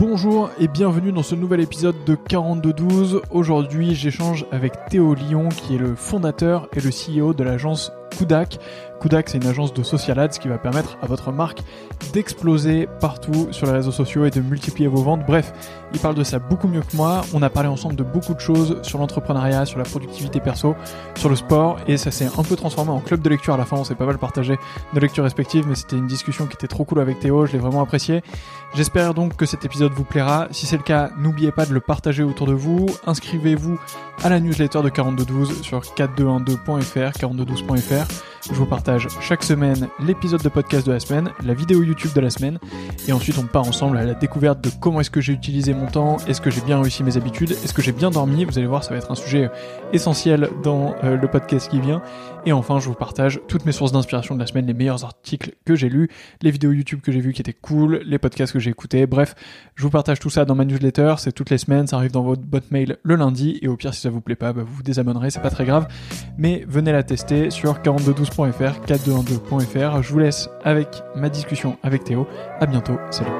Bonjour et bienvenue dans ce nouvel épisode de 4212. Aujourd'hui, j'échange avec Théo Lyon qui est le fondateur et le CEO de l'agence Kudak. Kudak, c'est une agence de social ads qui va permettre à votre marque d'exploser partout sur les réseaux sociaux et de multiplier vos ventes. Bref, il parle de ça beaucoup mieux que moi. On a parlé ensemble de beaucoup de choses sur l'entrepreneuriat, sur la productivité perso, sur le sport, et ça s'est un peu transformé en club de lecture à la fin. On s'est pas mal partagé nos lectures respectives, mais c'était une discussion qui était trop cool avec Théo. Je l'ai vraiment apprécié. J'espère donc que cet épisode vous plaira. Si c'est le cas, n'oubliez pas de le partager autour de vous. Inscrivez-vous à la newsletter de 4212 sur 4212.fr, 4212.fr. Je vous partage chaque semaine l'épisode de podcast de la semaine, la vidéo YouTube de la semaine, et ensuite on part ensemble à la découverte de comment est-ce que j'ai utilisé mon temps, est-ce que j'ai bien réussi mes habitudes, est-ce que j'ai bien dormi. Vous allez voir, ça va être un sujet essentiel dans le podcast qui vient. Et enfin, je vous partage toutes mes sources d'inspiration de la semaine, les meilleurs articles que j'ai lus, les vidéos YouTube que j'ai vues qui étaient cool, les podcasts que j'ai écoutés. Bref, je vous partage tout ça dans ma newsletter. C'est toutes les semaines, ça arrive dans votre boîte mail le lundi. Et au pire, si ça vous plaît pas, vous vous désabonnerez, c'est pas très grave. Mais venez la tester sur 4212.fr, 4212.fr. Je vous laisse avec ma discussion avec Théo. À bientôt, salut.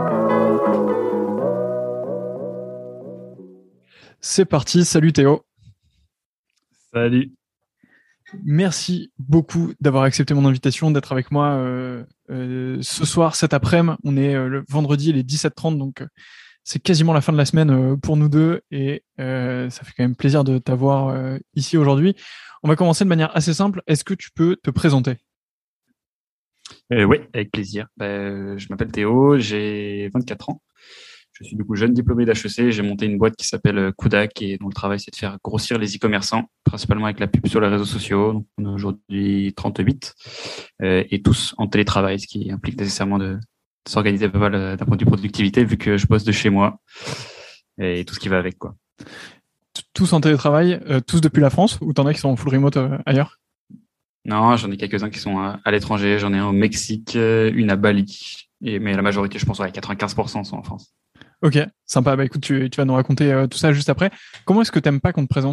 C'est parti, salut Théo. Salut. Merci beaucoup d'avoir accepté mon invitation, d'être avec moi ce soir, cet après-midi. On est le vendredi, il est 17h30, donc c'est quasiment la fin de la semaine pour nous deux, et ça fait quand même plaisir de t'avoir ici aujourd'hui. On va commencer de manière assez simple. Est-ce que tu peux te présenter ? Oui, avec plaisir. Je m'appelle Théo, j'ai 24 ans. Je suis du coup jeune diplômé d'HEC. J'ai monté une boîte qui s'appelle Kudak et dont le travail, c'est de faire grossir les e-commerçants, principalement avec la pub sur les réseaux sociaux. Donc, on est aujourd'hui 38 et tous en télétravail, ce qui implique nécessairement de s'organiser pas mal d'un point de vue productivité, vu que je bosse de chez moi et tout ce qui va avec, quoi. Tous en télétravail, tous depuis la France, ou t'en as qui sont en full remote ailleurs ? Non, j'en ai quelques-uns qui sont à l'étranger. J'en ai un au Mexique, une à Bali, mais la majorité, je pense, 95% sont en France. Ok, sympa. Écoute, tu vas nous raconter tout ça juste après. Comment est-ce que t'aimes pas qu'on te présente ?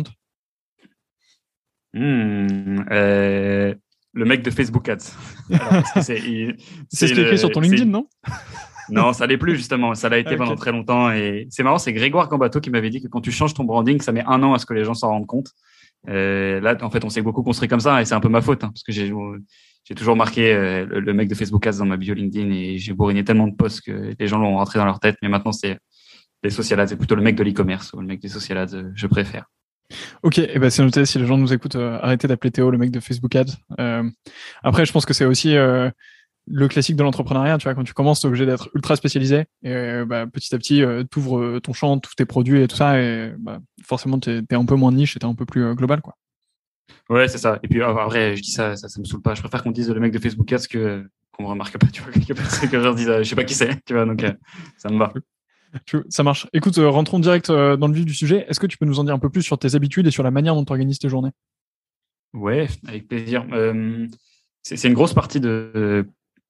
Le mec de Facebook Ads. Alors, c'est ce qui est écrit sur ton LinkedIn, non ? Non, ça l'est plus, justement. Ça l'a été pendant très longtemps. Et c'est marrant, c'est Grégoire Cambato qui m'avait dit que quand tu changes ton branding, ça met 1 an à ce que les gens s'en rendent compte. Là, en fait, on s'est beaucoup construit comme ça, et c'est un peu ma faute, parce que j'ai toujours marqué le mec de Facebook Ads dans ma bio LinkedIn, et j'ai bourriné tellement de posts que les gens l'ont rentré dans leur tête. Mais maintenant, c'est les social ads, c'est plutôt le mec de l'e-commerce ou le mec des social ads, je préfère. Ok, et c'est noté. Si les gens nous écoutent, arrêtez d'appeler Théo le mec de Facebook Ads. Après, je pense que c'est aussi le classique de l'entrepreneuriat. Tu vois, quand tu commences, t'es obligé d'être ultra spécialisé, et petit à petit, t'ouvres ton champ, tous tes produits et tout ça, et forcément, t'es un peu moins niche et t'es un peu plus global, quoi. Ouais, c'est ça. Et puis, en vrai, je dis ça me saoule pas. Je préfère qu'on dise le mec de Facebook Ads qu'on me remarque pas, tu vois, que je leur dise, je sais pas qui c'est, tu vois, donc ça me va. Ça marche. Écoute, rentrons direct dans le vif du sujet. Est-ce que tu peux nous en dire un peu plus sur tes habitudes et sur la manière dont tu organises tes journées ? Ouais, avec plaisir. C'est une grosse partie de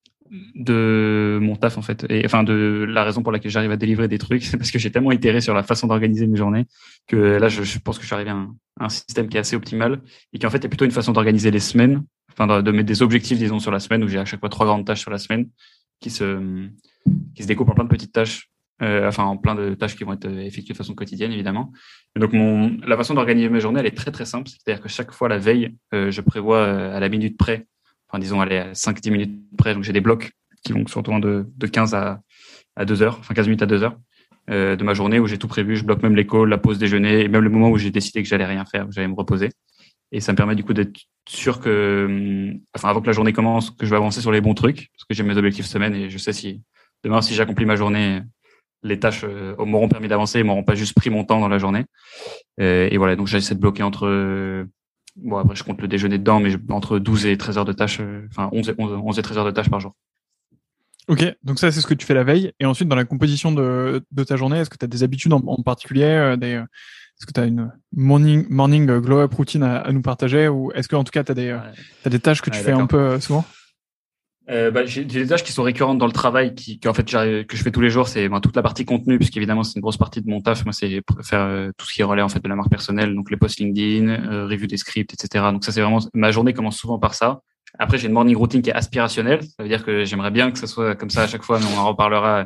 mon taf, en fait, et enfin de la raison pour laquelle j'arrive à délivrer des trucs, c'est parce que j'ai tellement itéré sur la façon d'organiser mes journées que là, je pense que je suis arrivé à un système qui est assez optimal, et qui en fait est plutôt une façon d'organiser les semaines, enfin de mettre des objectifs, disons, sur la semaine, où j'ai à chaque fois 3 grandes tâches sur la semaine qui se découpent en plein de petites tâches. En plein de tâches qui vont être effectuées de façon quotidienne, évidemment. Et donc, la façon d'organiser mes journées, elle est très, très simple. C'est-à-dire que chaque fois, la veille, je prévois à la minute près, enfin, disons, allez, à 5-10 minutes près. Donc, j'ai des blocs qui vont surtout de 15 à 2 heures, enfin, 15 minutes à 2 heures de ma journée où j'ai tout prévu. Je bloque même les calls, la pause déjeuner, et même le moment où j'ai décidé que j'allais rien faire, que j'allais me reposer. Et ça me permet, du coup, d'être sûr que, avant que la journée commence, que je vais avancer sur les bons trucs, parce que j'ai mes objectifs semaine, et je sais si demain, si j'accomplis ma journée, les tâches m'auront permis d'avancer, m'auront pas juste pris mon temps dans la journée. Et voilà, donc j'essaie de bloquer entre... après, je compte le déjeuner dedans, mais entre 12 et 13 heures de tâches, 11 et 13 heures de tâches par jour. Ok, donc ça, c'est ce que tu fais la veille. Et ensuite, dans la composition de ta journée, est-ce que tu as des habitudes en particulier est-ce que tu as une morning glow-up routine à nous partager, ou est-ce que en tout cas, tu as des tâches que tu fais un peu souvent ? J'ai des tâches qui sont récurrentes dans le travail, que je fais tous les jours. C'est toute la partie contenu, puisqu'évidemment c'est une grosse partie de mon taf. Moi, c'est faire tout ce qui est relais en fait de la marque personnelle, donc les posts LinkedIn, review des scripts, etc. Donc ça, c'est vraiment, ma journée commence souvent par ça. Après, j'ai une morning routine qui est aspirationnelle. Ça veut dire que j'aimerais bien que ça soit comme ça à chaque fois, mais on en reparlera.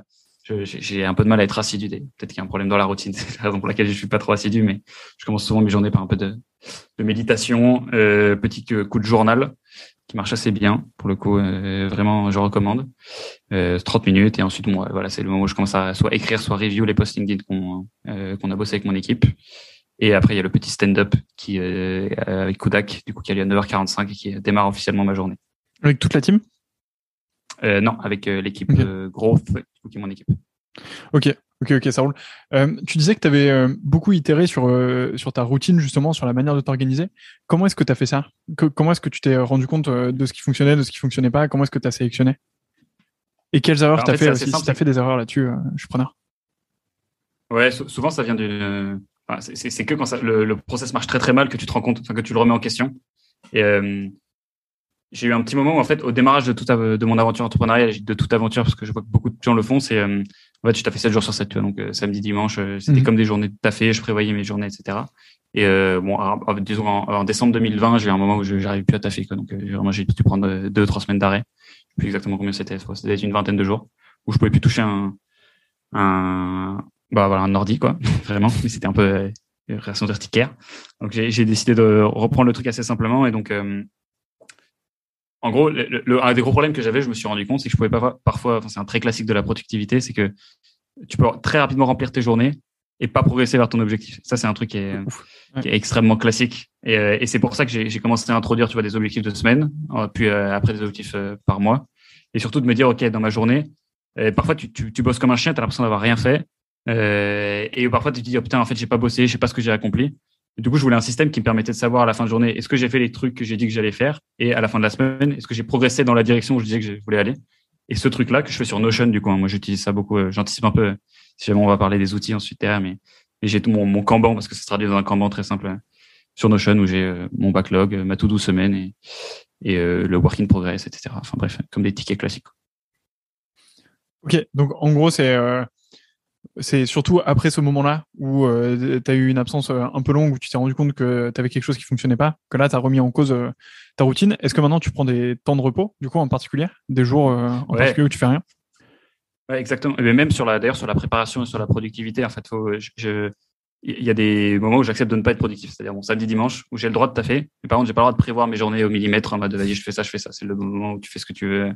j'ai un peu de mal à être assidu. Peut-être qu'il y a un problème dans la routine. C'est la raison pour laquelle je suis pas trop assidu, mais je commence souvent mes journées par un peu de méditation, petit coup de journal qui marche assez bien. Pour le coup, vraiment, je recommande. 30 minutes et ensuite, moi, voilà, c'est le moment où je commence à soit écrire, soit review les posts LinkedIn qu'on a bossé avec mon équipe. Et après, il y a le petit stand-up qui avec Kudak, du coup, qui a lieu à 9h45 et qui démarre officiellement ma journée. Avec toute la team? Non, avec l'équipe Growth, du coup, qui est mon équipe. Ok, ça roule. Tu disais que tu avais beaucoup itéré sur ta routine, justement, sur la manière de t'organiser. Comment est-ce que tu as fait ça? Comment est-ce que tu t'es rendu compte de ce qui fonctionnait, de ce qui fonctionnait pas? Comment est-ce que tu as sélectionné? Et quelles erreurs tu as fait aussi? Si tu as fait des erreurs là-dessus, je suis preneur. Ouais, souvent, ça vient d'une. Enfin, c'est que quand le process marche très très mal que tu te rends compte, enfin, que tu le remets en question. Et j'ai eu un petit moment où, en fait, au démarrage de mon aventure entrepreneuriale, de toute aventure, parce que je vois que beaucoup de gens le font, c'est en fait, tu t'as fait 7 jours sur 7, tu vois, donc samedi, dimanche, c'était comme des journées de taffé, je prévoyais mes journées, etc. Et bon, disons en décembre 2020, j'ai eu un moment où j'arrivais plus à taffer, quoi, donc vraiment j'ai dû prendre 2-3 semaines d'arrêt. Je sais plus exactement combien c'était, c'était une vingtaine de jours où je pouvais plus toucher un ordi, quoi, vraiment, mais c'était un peu réaction urticaire. Donc j'ai décidé de reprendre le truc assez simplement, et donc en gros, un des gros problèmes que j'avais, je me suis rendu compte, c'est que je pouvais pas parfois, enfin, c'est un très classique de la productivité, c'est que tu peux très rapidement remplir tes journées et pas progresser vers ton objectif. Ça, c'est un truc qui est extrêmement classique. Et c'est pour ça que j'ai commencé à introduire, tu vois, des objectifs de semaine, puis après des objectifs par mois. Et surtout de me dire, OK, dans ma journée, parfois tu bosses comme un chien, tu as l'impression d'avoir rien fait. Et parfois tu te dis, oh putain, en fait, j'ai pas bossé, je sais pas ce que j'ai accompli. Et du coup, je voulais un système qui me permettait de savoir à la fin de journée, est-ce que j'ai fait les trucs que j'ai dit que j'allais faire? Et à la fin de la semaine, est-ce que j'ai progressé dans la direction où je disais que je voulais aller? Et ce truc-là que je fais sur Notion, du coup, moi j'utilise ça beaucoup. J'anticipe un peu, si jamais on va parler des outils ensuite derrière, mais j'ai tout mon Kanban, parce que ça se traduit dans un Kanban très simple sur Notion où j'ai mon backlog, ma to-do semaine et le work in progress, etc. Enfin bref, comme des tickets classiques. Ok, donc en gros, c'est surtout après ce moment-là où tu as eu une absence un peu longue, où tu t'es rendu compte que tu avais quelque chose qui fonctionnait pas, que là, tu as remis en cause ta routine. Est-ce que maintenant, tu prends des temps de repos, du coup, en particulier? Des jours en particulier où tu fais rien? Ouais, exactement. Mais même d'ailleurs, sur la préparation et sur la productivité, en fait, il y a des moments où j'accepte de ne pas être productif. C'est-à-dire mon samedi, dimanche, où j'ai le droit de taffer. Mais par contre, j'ai pas le droit de prévoir mes journées au millimètre en mode, vas-y, je fais ça, je fais ça. C'est le moment où tu fais ce que tu veux.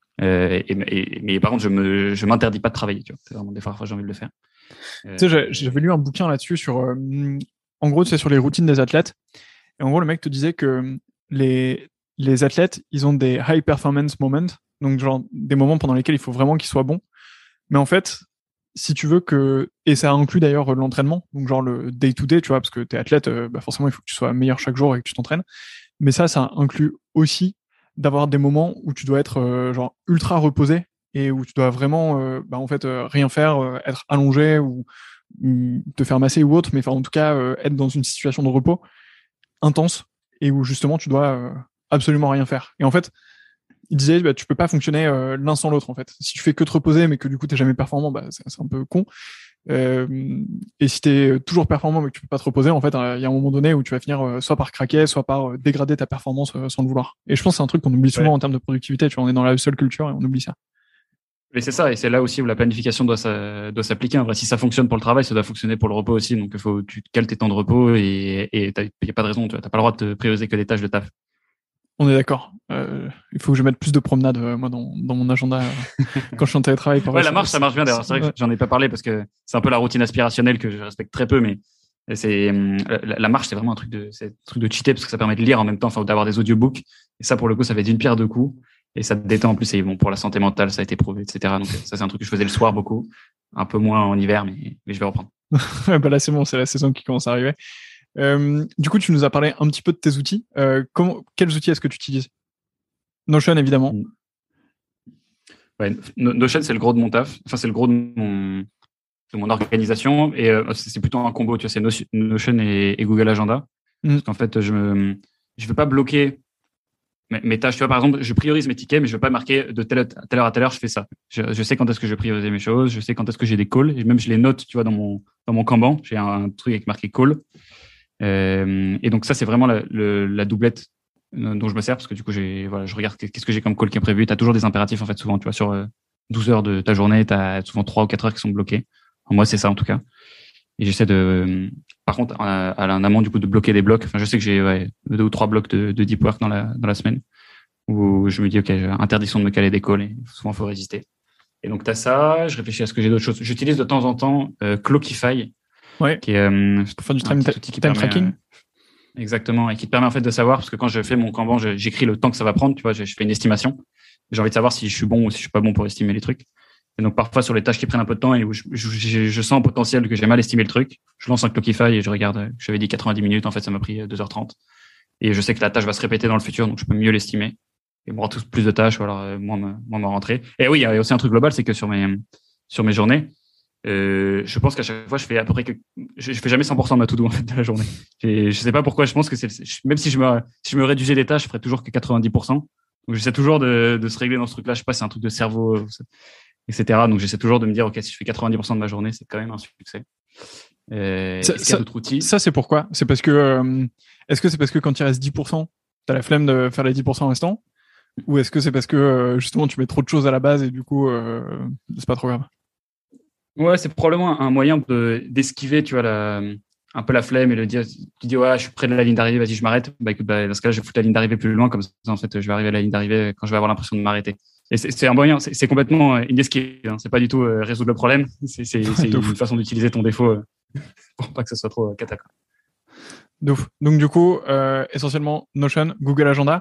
Mais par contre, je m'interdis pas de travailler. Tu vois. C'est vraiment des fois, j'ai envie de le faire. Tu sais, j'avais lu un bouquin là-dessus sur, en gros, c'est sur les routines des athlètes. Et en gros, le mec te disait que les athlètes, ils ont des high performance moments, donc genre des moments pendant lesquels il faut vraiment qu'ils soient bons. Mais en fait, si tu veux et ça inclut d'ailleurs l'entraînement, donc genre le day to day, tu vois, parce que t'es athlète, forcément, il faut que tu sois meilleur chaque jour et que tu t'entraînes. Mais ça inclut aussi d'avoir des moments où tu dois être genre ultra reposé et où tu dois vraiment en fait rien faire, être allongé ou te faire masser ou autre, mais en tout cas être dans une situation de repos intense et où justement tu dois absolument rien faire. Et en fait, il disait tu peux pas fonctionner l'un sans l'autre en fait. Si tu fais que te reposer mais que du coup t'es jamais performant, c'est un peu con. Et si t'es toujours performant mais que tu peux pas te reposer, en fait, il y a un moment donné où tu vas finir soit par craquer, soit par dégrader ta performance sans le vouloir. Et je pense que c'est un truc qu'on oublie souvent en termes de productivité. Tu vois, on est dans la seule culture et on oublie ça. Mais c'est ça, et c'est là aussi où la planification doit s'appliquer. En vrai, si ça fonctionne pour le travail, ça doit fonctionner pour le repos aussi. Donc, tu cales tes temps de repos et il n'y a pas de raison. Tu n'as pas le droit de te prioriser que des tâches de taf. On est d'accord. Il faut que je mette plus de promenades, moi, dans mon agenda quand je suis en télétravail. Ouais, la marche, ça marche bien d'ailleurs. C'est vrai que j'en ai pas parlé parce que c'est un peu la routine aspirationnelle que je respecte très peu, mais c'est la marche, c'est vraiment un truc de cheater parce que ça permet de lire en même temps, enfin, d'avoir des audiobooks. Et ça, pour le coup, ça fait d'une pierre deux coups. Et ça te détend en plus. Et bon, pour la santé mentale, ça a été prouvé, etc. Donc, ça, c'est un truc que je faisais le soir beaucoup. Un peu moins en hiver, mais je vais reprendre. Là, c'est bon, c'est la saison qui commence à arriver. Du coup, tu nous as parlé un petit peu de tes outils. Quels outils est-ce que tu utilises? Notion, évidemment. Ouais, Notion, c'est le gros de mon taf. Enfin, c'est le gros de mon organisation. Et c'est plutôt un combo. Tu vois, c'est Notion et Google Agenda. Parce qu'en fait, je veux pas bloquer mes tâches. Tu vois, par exemple, je priorise mes tickets, mais je veux pas marquer de telle heure à telle heure, je fais ça. Je sais quand est-ce que je vais prioriser mes choses. Je sais quand est-ce que j'ai des calls. Et même, je les note, tu vois, dans mon Kanban. J'ai un truc avec marqué call. Et donc, ça, c'est vraiment la doublette dont je me sers parce que du coup je regarde qu'est-ce que j'ai comme call qui est prévu. Tu as toujours des impératifs en fait souvent, tu vois, 12 heures de ta journée, tu as souvent 3 ou 4 heures qui sont bloquées. Enfin, moi, c'est ça en tout cas. Et j'essaie par contre, à l'amont, du coup, de bloquer des blocs. Enfin, je sais que j'ai 2 ou 3 blocs de deep work dans la semaine où je me dis, OK, interdiction de me caler des calls et souvent, il faut résister. Et donc, tu as ça. Je réfléchis à ce que j'ai d'autres choses. J'utilise de temps en temps Clockify, qui est pour faire du time tracking. Exactement, et qui te permet en fait de savoir, parce que quand je fais mon Kanban, j'écris le temps que ça va prendre, tu vois, je fais une estimation. J'ai envie de savoir si je suis bon ou si je suis pas bon pour estimer les trucs. Et donc parfois sur les tâches qui prennent un peu de temps et où je sens au potentiel que j'ai mal estimé le truc, je lance un Clockify et je regarde, j'avais dit 90 minutes, en fait ça m'a pris 2h30. Et je sais que la tâche va se répéter dans le futur, donc je peux mieux l'estimer. Et me rendre plus de tâches ou alors moins m'en rentrer. Et oui, il y a aussi un truc global, c'est que sur mes journées, je pense qu'à chaque fois, je fais à peu près je fais jamais 100% de ma to-do en fait, de la journée. Je sais pas pourquoi. Je pense que même si je me réduisais les tâches, je ferais toujours que 90%. Donc j'essaie toujours de se régler dans ce truc-là. Je sais pas, c'est un truc de cerveau, etc. Donc j'essaie toujours de me dire, ok, si je fais 90% de ma journée, c'est quand même un succès. Est-ce qu'il y a d'autres outils? Ça, c'est pourquoi? C'est parce que est-ce que c'est parce que quand il reste 10%, t'as la flemme de faire les 10% restants? Ou est-ce que c'est parce que justement tu mets trop de choses à la base et du coup c'est pas trop grave? Ouais, c'est probablement un moyen d'esquiver, tu vois, un peu la flemme et de dire, tu dis, ouais, je suis près de la ligne d'arrivée, vas-y, je m'arrête. Bah, écoute, dans ce cas-là, je vais foutre la ligne d'arrivée plus loin, comme ça, en fait, je vais arriver à la ligne d'arrivée quand je vais avoir l'impression de m'arrêter. Et c'est un moyen, c'est complètement une esquive, hein. C'est pas du tout résoudre le problème. C'est une façon d'utiliser ton défaut pour pas que ce soit trop cata. De ouf. Donc, du coup, essentiellement, Notion, Google Agenda.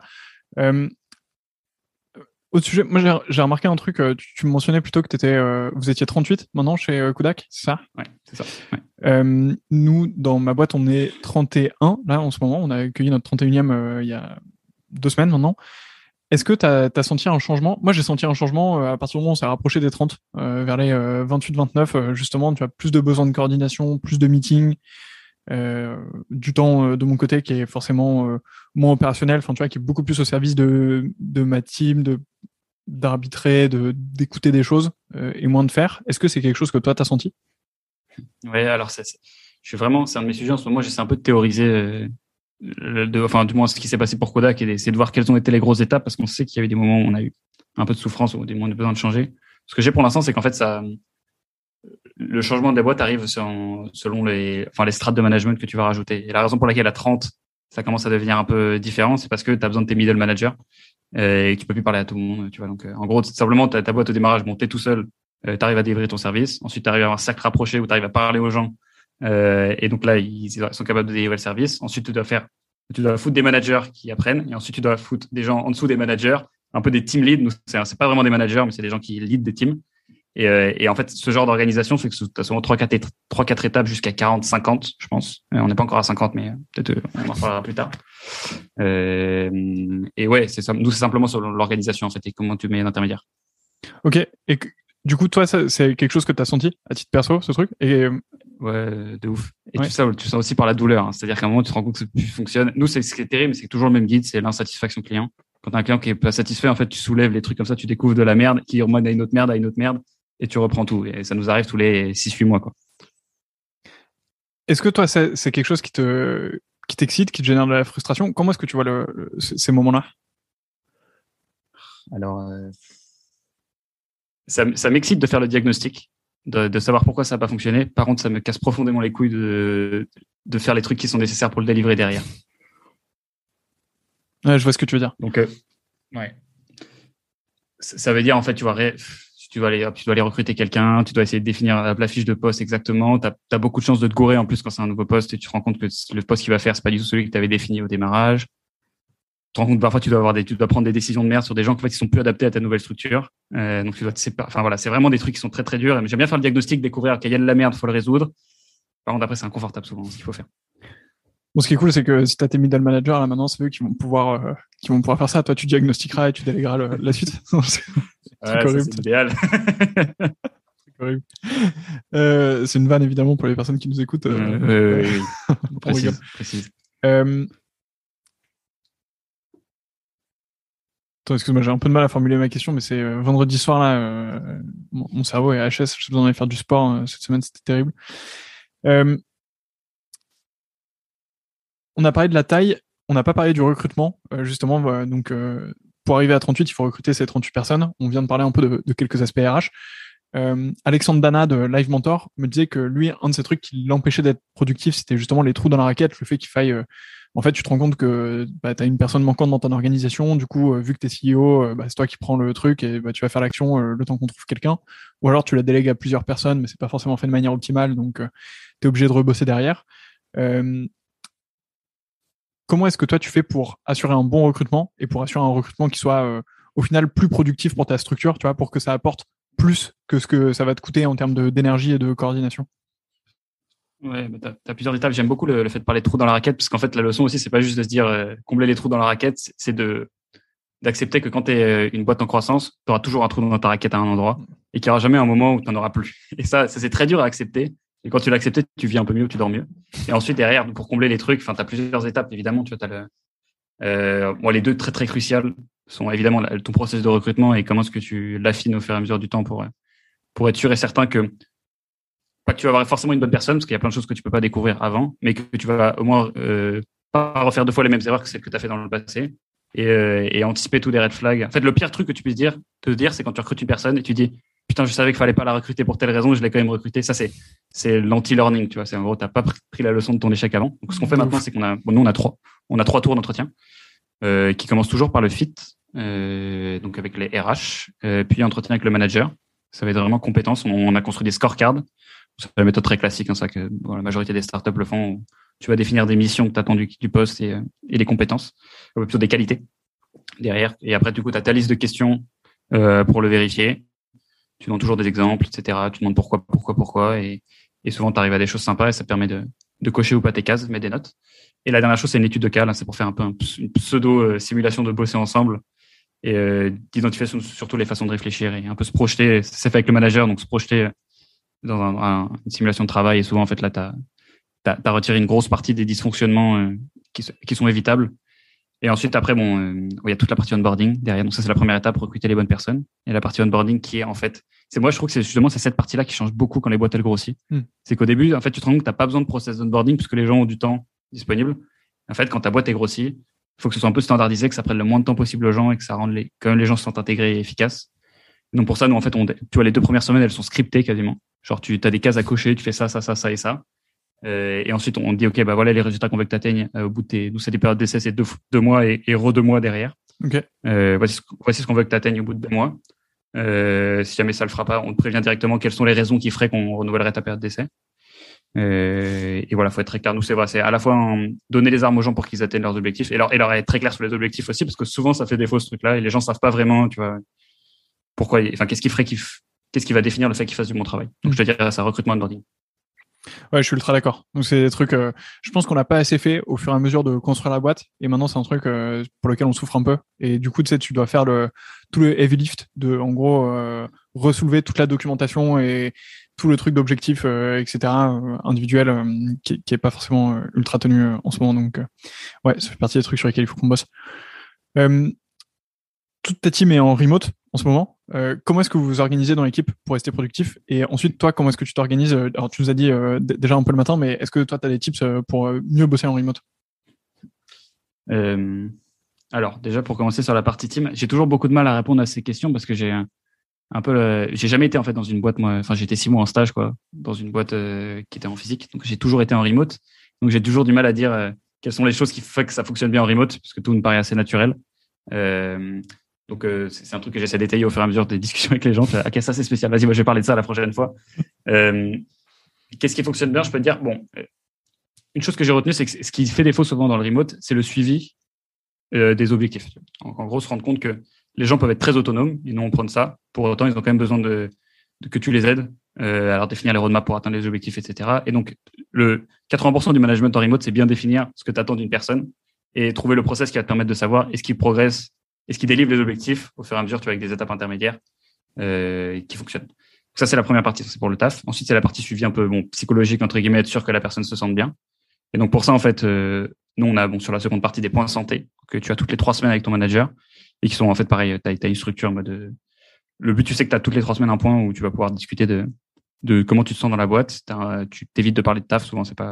Au sujet, moi j'ai remarqué un truc, tu me mentionnais plutôt que vous étiez 38 maintenant chez Kudak, c'est ça? Ouais, c'est ça. Ouais. Nous, dans ma boîte, on est 31 là en ce moment. On a accueilli notre 31e il y a 2 semaines maintenant. Est-ce que t'as senti un changement? Moi, j'ai senti un changement à partir du moment où on s'est rapproché des 30, vers les 28-29. Justement, tu as plus de besoin de coordination, plus de meetings, du temps de mon côté qui est forcément moins opérationnel. Enfin, tu vois, qui est beaucoup plus au service de ma team, d'arbitrer, d'écouter des choses et moins de faire. Est-ce que c'est quelque chose que toi t'as senti? Ouais, alors je suis vraiment, c'est un de mes sujets en ce moment. J'essaie un peu de théoriser. Enfin, du moins, ce qui s'est passé pour Kodak et d'essayer de voir quelles ont été les grosses étapes parce qu'on sait qu'il y a eu des moments où on a eu un peu de souffrance ou des moments de besoin de changer. Ce que j'ai pour l'instant, c'est qu'en fait, le changement de la boîte arrive selon les strates de management que tu vas rajouter. Et la raison pour laquelle à 30, ça commence à devenir un peu différent, c'est parce que tu as besoin de tes middle managers et que tu peux plus parler à tout le monde, tu vois. Donc, en gros, simplement, ta boîte au démarrage, bon, t'es tout seul, tu arrives à délivrer ton service. Ensuite, tu arrives à avoir un cercle rapproché où tu arrives à parler aux gens. Et donc là, ils sont capables de délivrer le service. Ensuite, tu dois foutre des managers qui apprennent. Et ensuite, tu dois foutre des gens en dessous des managers, un peu des team leads. Nous, c'est pas vraiment des managers, mais c'est des gens qui lead des teams. Et en fait, ce genre d'organisation fait que tu as souvent 3-4 étapes jusqu'à 40, 50, je pense. On n'est pas encore à 50, mais peut-être on en reparlera plus tard. Et ouais, c'est ça. Nous, c'est simplement sur l'organisation, en fait, et comment tu mets l'intermédiaire. Ok. Et du coup, toi, c'est quelque chose que tu as senti à titre perso, ce truc? Ouais, de ouf. Et ouais. tu sens aussi par la douleur. Hein. C'est-à-dire qu'à un moment, tu te rends compte que ça fonctionne. Nous, ce qui est terrible, c'est que toujours le même guide, c'est l'insatisfaction client. Quand tu as un client qui est pas satisfait, en fait, tu soulèves les trucs comme ça, tu découvres de la merde qui remonte à une autre merde, et tu reprends tout. Et ça nous arrive tous les 6-8 mois, quoi. Est-ce que toi, c'est quelque chose qui t'excite, qui te génère de la frustration? Comment est-ce que tu vois ces moments-là? Alors, ça m'excite de faire le diagnostic, de savoir pourquoi ça n'a pas fonctionné. Par contre, ça me casse profondément les couilles de faire les trucs qui sont nécessaires pour le délivrer derrière. Ouais, je vois ce que tu veux dire. Donc, ouais. Ça veut dire, en fait, tu dois aller recruter quelqu'un, tu dois essayer de définir la fiche de poste exactement. Tu as beaucoup de chances de te gourer en plus quand c'est un nouveau poste et tu te rends compte que le poste qu'il va faire, c'est pas du tout celui que tu avais défini au démarrage. Tu te rends compte parfois tu dois prendre des décisions de merde sur des gens qui en fait, ils sont plus adaptés à ta nouvelle structure. Donc tu dois te séparer. Enfin voilà, c'est vraiment des trucs qui sont très très durs. J'aime bien faire le diagnostic, découvrir qu'il y a de la merde, faut le résoudre. Par contre après c'est inconfortable souvent ce qu'il faut faire. Bon, ce qui est cool, c'est que si tu as tes middle managers, là maintenant, c'est eux qui vont pouvoir faire ça. Toi, tu diagnostiqueras et tu délégueras la suite. C'est horrible. C'est idéal. Horrible. C'est une vanne évidemment pour les personnes qui nous écoutent. Oui. Précise. Attends, excuse-moi, j'ai un peu de mal à formuler ma question, mais c'est vendredi soir là, mon cerveau est HS, j'ai besoin d'aller faire du sport cette semaine, c'était terrible. On a parlé de la taille, on n'a pas parlé du recrutement, justement. Donc, pour arriver à 38, il faut recruter ces 38 personnes. On vient de parler un peu de quelques aspects RH. Alexandre Dana de Live Mentor me disait que lui, un de ces trucs qui l'empêchait d'être productif, c'était justement les trous dans la raquette, le fait qu'il faille... en fait, tu te rends compte que tu as une personne manquante dans ton organisation, du coup, vu que tu es CEO, c'est toi qui prends le truc et tu vas faire l'action le temps qu'on trouve quelqu'un. Ou alors tu la délègues à plusieurs personnes, mais c'est pas forcément fait de manière optimale, donc tu es obligé de rebosser derrière. Comment est-ce que toi tu fais pour assurer un bon recrutement et pour assurer un recrutement qui soit au final plus productif pour ta structure, tu vois, pour que ça apporte plus que ce que ça va te coûter en termes d'énergie et de coordination? Ouais, bah t'as plusieurs étapes. J'aime beaucoup le fait de parler de trous dans la raquette, parce qu'en fait, la leçon aussi, c'est pas juste de se dire combler les trous dans la raquette, c'est d'accepter que quand tu es une boîte en croissance, tu auras toujours un trou dans ta raquette à un endroit et qu'il n'y aura jamais un moment où tu n'en auras plus. Et ça c'est très dur à accepter. Et quand tu l'as accepté, tu vis un peu mieux, tu dors mieux. Et ensuite, derrière, pour combler les trucs, tu as plusieurs étapes, évidemment. Tu vois, les deux très, très cruciales sont évidemment ton processus de recrutement et comment est-ce que tu l'affines au fur et à mesure du temps pour être sûr et certain que, pas que tu vas avoir forcément une bonne personne, parce qu'il y a plein de choses que tu peux pas découvrir avant, mais que tu vas au moins pas refaire deux fois les mêmes erreurs que celles que tu as fait dans le passé et anticiper tous les red flags. En fait, le pire truc que tu puisses te dire, c'est quand tu recrutes une personne et tu dis putain, je savais qu'il fallait pas la recruter pour telle raison, je l'ai quand même recrutée. Ça, c'est l'anti-learning, tu vois. C'est en gros, t'as pas pris la leçon de ton échec avant. Donc, ce qu'on fait maintenant, c'est nous, on a trois tours d'entretien qui commencent toujours par le fit, donc avec les RH, puis entretien avec le manager. Ça va être vraiment compétence. On a construit des scorecards. C'est la méthode très classique, ça que la majorité des startups le font. Où tu vas définir des missions que tu attends du poste et les compétences, ou plutôt des qualités derrière. Et après, du coup, tu as ta liste de questions pour le vérifier. Tu donnes toujours des exemples, etc. Tu demandes pourquoi. Et souvent, tu arrives à des choses sympas et ça permet de cocher ou pas tes cases, mettre des notes. Et la dernière chose, c'est une étude de cas. Là, c'est pour faire un peu une pseudo-simulation de bosser ensemble et d'identifier surtout les façons de réfléchir et un peu se projeter. C'est fait avec le manager, donc se projeter dans une simulation de travail. Et souvent, en fait, là, t'as retiré une grosse partie des dysfonctionnements qui sont évitables. Et ensuite, après, il y a toute la partie onboarding derrière. Donc ça, c'est la première étape, recruter les bonnes personnes. Et la partie onboarding qui est, en fait, moi, je trouve que c'est cette partie-là qui change beaucoup quand les boîtes, elles grossissent. C'est qu'au début, en fait, tu te rends compte que t'as pas besoin de process d'onboarding parce que les gens ont du temps disponible. En fait, quand ta boîte est grossie, il faut que ce soit un peu standardisé, que ça prenne le moins de temps possible aux gens et que ça rende quand même les gens se sentent intégrés et efficaces. Donc pour ça, nous, en fait, tu vois, les 2 premières semaines, elles sont scriptées quasiment. Genre, tu as des cases à cocher, tu fais ça et ça. Et ensuite, on dit, OK, voilà les résultats qu'on veut que tu atteignes au bout de nous, c'est des périodes d'essai, c'est 2 mois et 2 mois derrière. Okay. Voici ce qu'on veut que tu atteignes au bout de 2 mois. Si jamais ça le fera pas, on te prévient directement quelles sont les raisons qui feraient qu'on renouvellerait ta période d'essai. Et voilà, faut être très clair. Nous, c'est à la fois donner les armes aux gens pour qu'ils atteignent leurs objectifs et leur être très clair sur les objectifs aussi, parce que souvent, ça fait défaut ce truc-là et les gens savent pas vraiment, tu vois, pourquoi, qu'est-ce qui va définir le fait qu'ils fassent du bon travail. Donc, je te dirais, ça, recrutement onboarding. Ouais, je suis ultra d'accord. Donc c'est des trucs, je pense qu'on n'a pas assez fait au fur et à mesure de construire la boîte. Et maintenant, c'est un truc pour lequel on souffre un peu. Et du coup, tu sais, tu dois faire tout le heavy lift de, en gros, resoulever toute la documentation et tout le truc d'objectifs, etc. Individuel, qui est pas forcément ultra tenu en ce moment. Donc, ouais, ça fait partie des trucs sur lesquels il faut qu'on bosse. Toute ta team est en remote en ce moment. Comment est-ce que vous vous organisez dans l'équipe pour rester productif? Et ensuite, toi, comment est-ce que tu t'organises? Alors, tu nous as dit déjà un peu le matin, mais est-ce que toi, tu as des tips pour mieux bosser en remote? Alors, déjà, pour commencer sur la partie team, j'ai toujours beaucoup de mal à répondre à ces questions parce que j'ai j'ai jamais été en fait dans une boîte, moi. Enfin, j'étais 6 mois en stage, quoi, dans une boîte qui était en physique. Donc, j'ai toujours été en remote. Donc, j'ai toujours du mal à dire quelles sont les choses qui font que ça fonctionne bien en remote, parce que tout me paraît assez naturel. Donc, c'est un truc que j'essaie d'étayer au fur et à mesure des discussions avec les gens. Ok, ça, c'est spécial. Vas-y, moi, je vais parler de ça la prochaine fois. Qu'est-ce qui fonctionne bien? Je peux te dire, une chose que j'ai retenue, c'est que ce qui fait défaut souvent dans le remote, c'est le suivi des objectifs. En gros, se rendre compte que les gens peuvent être très autonomes, ils n'ont prendre ça. Pour autant, ils ont quand même besoin que tu les aides à leur définir les roadmaps pour atteindre les objectifs, etc. Et donc, le 80% du management en remote, c'est bien définir ce que tu attends d'une personne et trouver le process qui va te permettre de savoir est-ce qu'il progresse, est-ce qu'il délivre les objectifs au fur et à mesure, tu vois, avec des étapes intermédiaires qui fonctionnent. Donc ça, c'est la première partie, c'est pour le taf. Ensuite, c'est la partie suivi un peu psychologique, entre guillemets, être sûr que la personne se sente bien. Et donc, pour ça, en fait, nous, on a sur la seconde partie des points santé que tu as toutes les 3 semaines avec ton manager et qui sont en fait pareil, tu as une structure en mode le but, tu sais que tu as toutes les 3 semaines un point où tu vas pouvoir discuter de comment tu te sens dans la boîte. Tu t'évites de parler de taf, souvent, c'est pas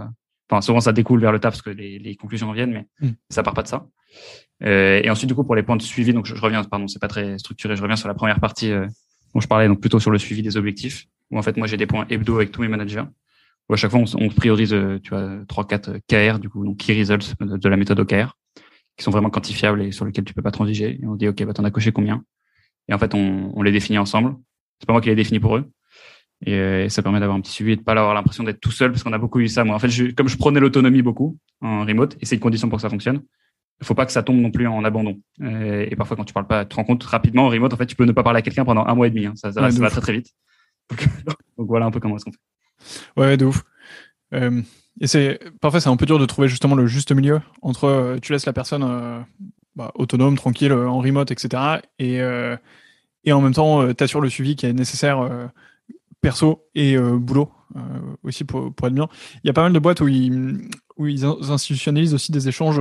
Enfin, souvent, ça découle vers le taf parce que les conclusions reviennent, mais ça part pas de ça. Et ensuite, du coup, pour les points de suivi, donc je reviens, pardon, c'est pas très structuré, je reviens sur la première partie dont je parlais, donc plutôt sur le suivi des objectifs, où en fait, moi, j'ai des points hebdo avec tous mes managers, où à chaque fois, on priorise, tu vois, 3-4 KR, du coup, donc Key Results de la méthode OKR, qui sont vraiment quantifiables et sur lesquels tu peux pas transiger. Et on dit, OK, bah, t'en as coché combien? Et en fait, on les définit ensemble. C'est pas moi qui les définis pour eux. Et ça permet d'avoir un petit suivi et de pas avoir l'impression d'être tout seul, parce qu'on a beaucoup eu ça. Moi, en fait, comme je prenais l'autonomie beaucoup en remote, et c'est une condition pour que ça fonctionne, il faut pas que ça tombe non plus en abandon. Et parfois, quand tu parles pas, tu te rends compte rapidement en remote, en fait, tu peux ne pas parler à quelqu'un pendant 1 mois et demi. Hein. Ça va très très vite. Donc voilà un peu comment est-ce qu'on fait. Ouais, de ouf. Et parfois c'est un peu dur de trouver justement le juste milieu entre tu laisses la personne autonome, tranquille, en remote, etc. Et en même temps, t'assures le suivi qui est nécessaire perso et boulot aussi pour être bien. Il y a pas mal de boîtes où ils institutionnalisent aussi des échanges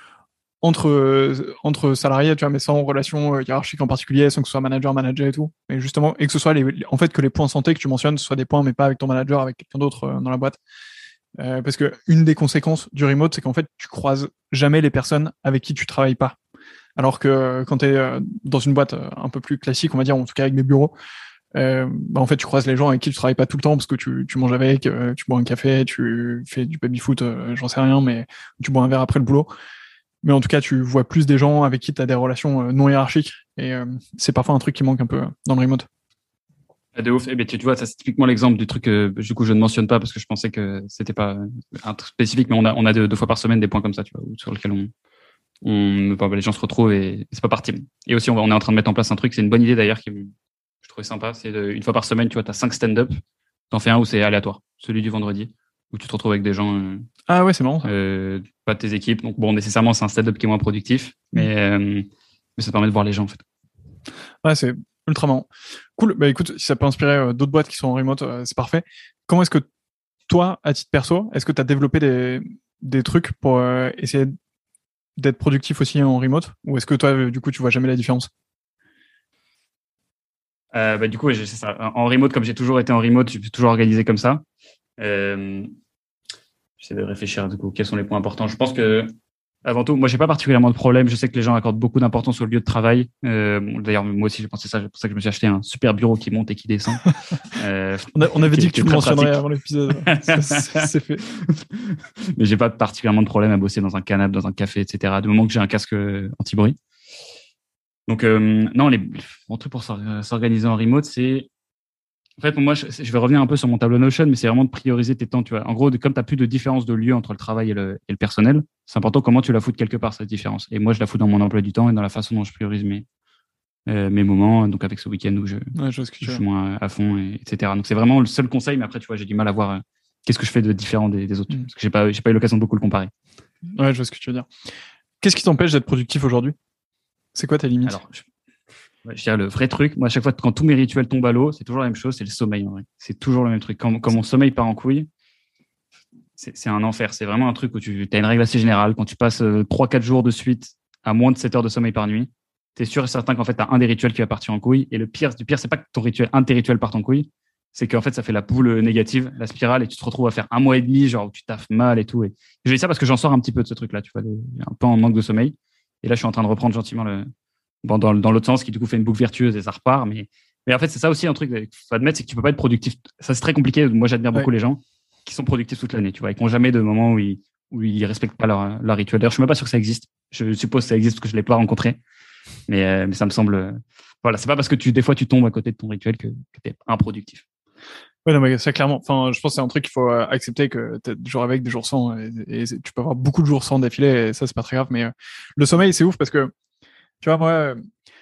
entre salariés, tu vois, mais sans relation hiérarchique en particulier, sans que ce soit manager et tout. Mais justement, et que ce soit en fait que les points santé que tu mentionnes, ce soient des points, mais pas avec ton manager, avec quelqu'un d'autre dans la boîte. Parce que une des conséquences du remote, c'est qu'en fait, tu croises jamais les personnes avec qui tu travailles pas. Alors que quand tu es dans une boîte un peu plus classique, on va dire, en tout cas avec des bureaux, en fait, tu croises les gens avec qui tu travailles pas tout le temps parce que tu manges avec, tu bois un café, tu fais du baby-foot, j'en sais rien, mais tu bois un verre après le boulot. Mais en tout cas, tu vois plus des gens avec qui tu as des relations non hiérarchiques. Et c'est parfois un truc qui manque un peu dans le remote. De ouf. Et bien, tu vois, ça c'est typiquement l'exemple du truc que du coup je ne mentionne pas parce que je pensais que c'était pas un truc spécifique, mais on a deux fois par semaine des points comme ça, tu vois, sur lesquels les gens se retrouvent et c'est pas parti. Et aussi, on est en train de mettre en place un truc, c'est une bonne idée d'ailleurs qui je trouvais sympa, c'est une fois par semaine, tu vois, t'as 5 stand-up, t'en fais un où c'est aléatoire, celui du vendredi, où tu te retrouves avec des gens. Ah ouais, c'est marrant. Pas de tes équipes, donc bon, nécessairement c'est un stand-up qui est moins productif, mais ça permet de voir les gens en fait. Ouais, c'est ultra marrant. Cool. Bah écoute, si ça peut inspirer d'autres boîtes qui sont en remote, c'est parfait. Comment est-ce que toi, à titre perso, est-ce que tu as développé des trucs pour essayer d'être productif aussi en remote, ou est-ce que toi, du coup, tu vois jamais la différence? Du coup, c'est ça. En remote, comme j'ai toujours été en remote, je suis toujours organisé comme ça. J'essaie de réfléchir du coup, quels sont les points importants. Je pense que avant tout, moi, j'ai pas particulièrement de problème. Je sais que les gens accordent beaucoup d'importance au lieu de travail. D'ailleurs, moi aussi, j'ai pensé ça. C'est pour ça que je me suis acheté un super bureau qui monte et qui descend. On avait dit que tu le mentionnerais avant l'épisode. C'est fait. Mais j'ai pas particulièrement de problème à bosser dans un canapé, dans un café, etc. Du moment que j'ai un casque anti-bruit. Donc, non, mon truc pour s'organiser en remote, c'est en fait, pour moi, je vais revenir un peu sur mon tableau Notion, mais c'est vraiment de prioriser tes temps. Tu vois. En gros, comme tu n'as plus de différence de lieu entre le travail et le personnel, c'est important comment tu la fous de quelque part, cette différence. Et moi, je la fous dans mon emploi du temps et dans la façon dont je priorise mes moments, donc avec ce week-end où je suis moins à fond, etc. Donc, c'est vraiment le seul conseil, mais après, tu vois, j'ai du mal à voir qu'est-ce que je fais de différent des autres, parce que j'ai pas eu l'occasion de beaucoup le comparer. Ouais, je vois ce que tu veux dire. Qu'est-ce qui t'empêche d'être productif aujourd'hui? C'est quoi ta limite? Alors, je dirais le vrai truc, moi, à chaque fois, quand tous mes rituels tombent à l'eau, c'est toujours la même chose, c'est le sommeil, en vrai. C'est toujours le même truc. Quand mon sommeil part en couille, c'est un enfer. C'est vraiment un truc où tu as une règle assez générale. Quand tu passes 3-4 jours de suite à moins de 7 heures de sommeil par nuit, tu es sûr et certain qu'en fait, tu as un des rituels qui va partir en couille. Et le pire du pire, c'est pas que un de tes rituels parte en couille, c'est qu'en fait, ça fait la boule négative, la spirale, et tu te retrouves à faire 1 mois et demi, genre où tu taffes mal et tout. Et je dis ça parce que j'en sors un petit peu de ce truc-là, tu vois, un peu en manque de sommeil. Et là, je suis en train de reprendre gentiment dans l'autre sens, qui du coup fait une boucle vertueuse et ça repart. Mais en fait, c'est ça aussi un truc qu'il faut admettre, c'est que tu peux pas être productif. Ça, c'est très compliqué. Moi, j'admire beaucoup les gens qui sont productifs toute l'année, tu vois, et qui n'ont jamais de moment où ils respectent pas leur rituel. D'ailleurs, je suis même pas sûr que ça existe. Je suppose que ça existe parce que je l'ai pas rencontré. Mais ça me semble, voilà, c'est pas parce que des fois tu tombes à côté de ton rituel que tu es improductif. Ouais, non, mais ça, clairement. Enfin, je pense que c'est un truc qu'il faut accepter que t'as des jours avec, des jours sans, et tu peux avoir beaucoup de jours sans d'affilée, et ça, c'est pas très grave. Mais le sommeil, c'est ouf parce que, tu vois, moi,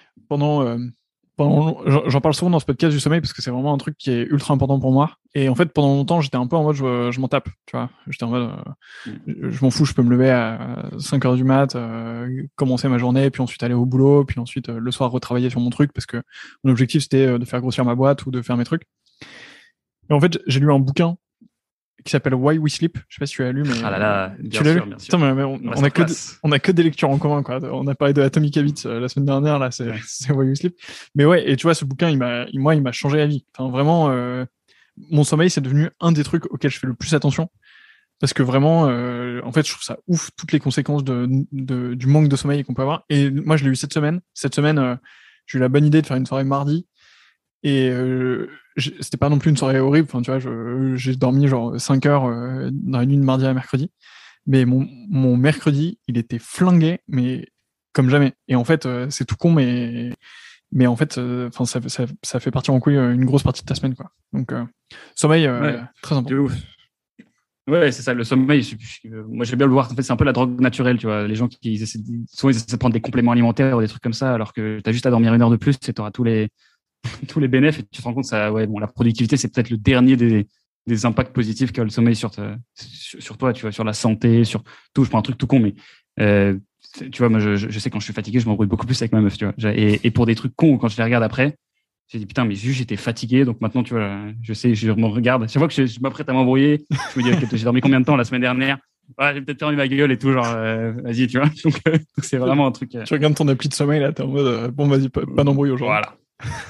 j'en parle souvent dans ce podcast du sommeil parce que c'est vraiment un truc qui est ultra important pour moi. Et en fait, pendant longtemps, j'étais un peu en mode, je m'en tape, tu vois. J'étais en mode, je m'en fous, je peux me lever à 5 heures du mat, commencer ma journée, puis ensuite aller au boulot, puis ensuite le soir retravailler sur mon truc parce que mon objectif c'était de faire grossir ma boîte ou de faire mes trucs. Et en fait, j'ai lu un bouquin qui s'appelle Why We Sleep. Je sais pas si tu l'as lu, mais ah là là, tu l'as lu. Putain, mais on a que des lectures en commun, quoi. On a parlé de Atomic Habits la semaine dernière, là, c'est Why We Sleep. Mais ouais, et tu vois, ce bouquin, il m'a changé la vie. Enfin, vraiment, mon sommeil, c'est devenu un des trucs auxquels je fais le plus attention. Parce que vraiment, en fait, je trouve ça ouf toutes les conséquences du manque de sommeil qu'on peut avoir. Et moi, je l'ai eu cette semaine. Cette semaine, j'ai eu la bonne idée de faire une soirée mardi. Et c'était pas non plus une soirée horrible. Enfin, tu vois, j'ai dormi genre 5 heures dans la nuit de mardi à mercredi. Mais mon mercredi, il était flingué, mais comme jamais. Et en fait, c'est tout con, mais en fait, enfin, ça fait partir en couille une grosse partie de ta semaine, quoi. Donc, sommeil, Ouais, très de important. ouf. Ouais, c'est ça, le sommeil. Moi, j'aime bien le voir. En fait, c'est un peu la drogue naturelle, tu vois. Les gens souvent, ils essaient de prendre des compléments alimentaires ou des trucs comme ça, alors que t'as juste à dormir 1 heure de plus et t'auras tous les, tous les bénéfices. Et tu te rends compte, ça, ouais, bon, la productivité, c'est peut-être le dernier des impacts positifs qu'a le sommeil sur toi, tu vois, sur la santé, sur tout. Je prends un truc tout con, mais, tu vois, moi, je sais quand je suis fatigué, je m'embrouille beaucoup plus avec ma meuf, tu vois. Et pour des trucs cons, quand je les regarde après, j'ai dit putain, mais juste j'étais fatigué, donc maintenant tu vois, je sais, je me regarde. Chaque fois que je m'apprête à m'embrouiller, je me dis ok, j'ai dormi combien de temps la semaine dernière? Ouais, j'ai peut-être fermé ma gueule et tout, genre vas-y, tu vois. Donc c'est vraiment un truc. Tu regardes ton appli de sommeil, là, t'es en mode, bon, vas-y, pas d'embrouille aujourd'hui. Voilà.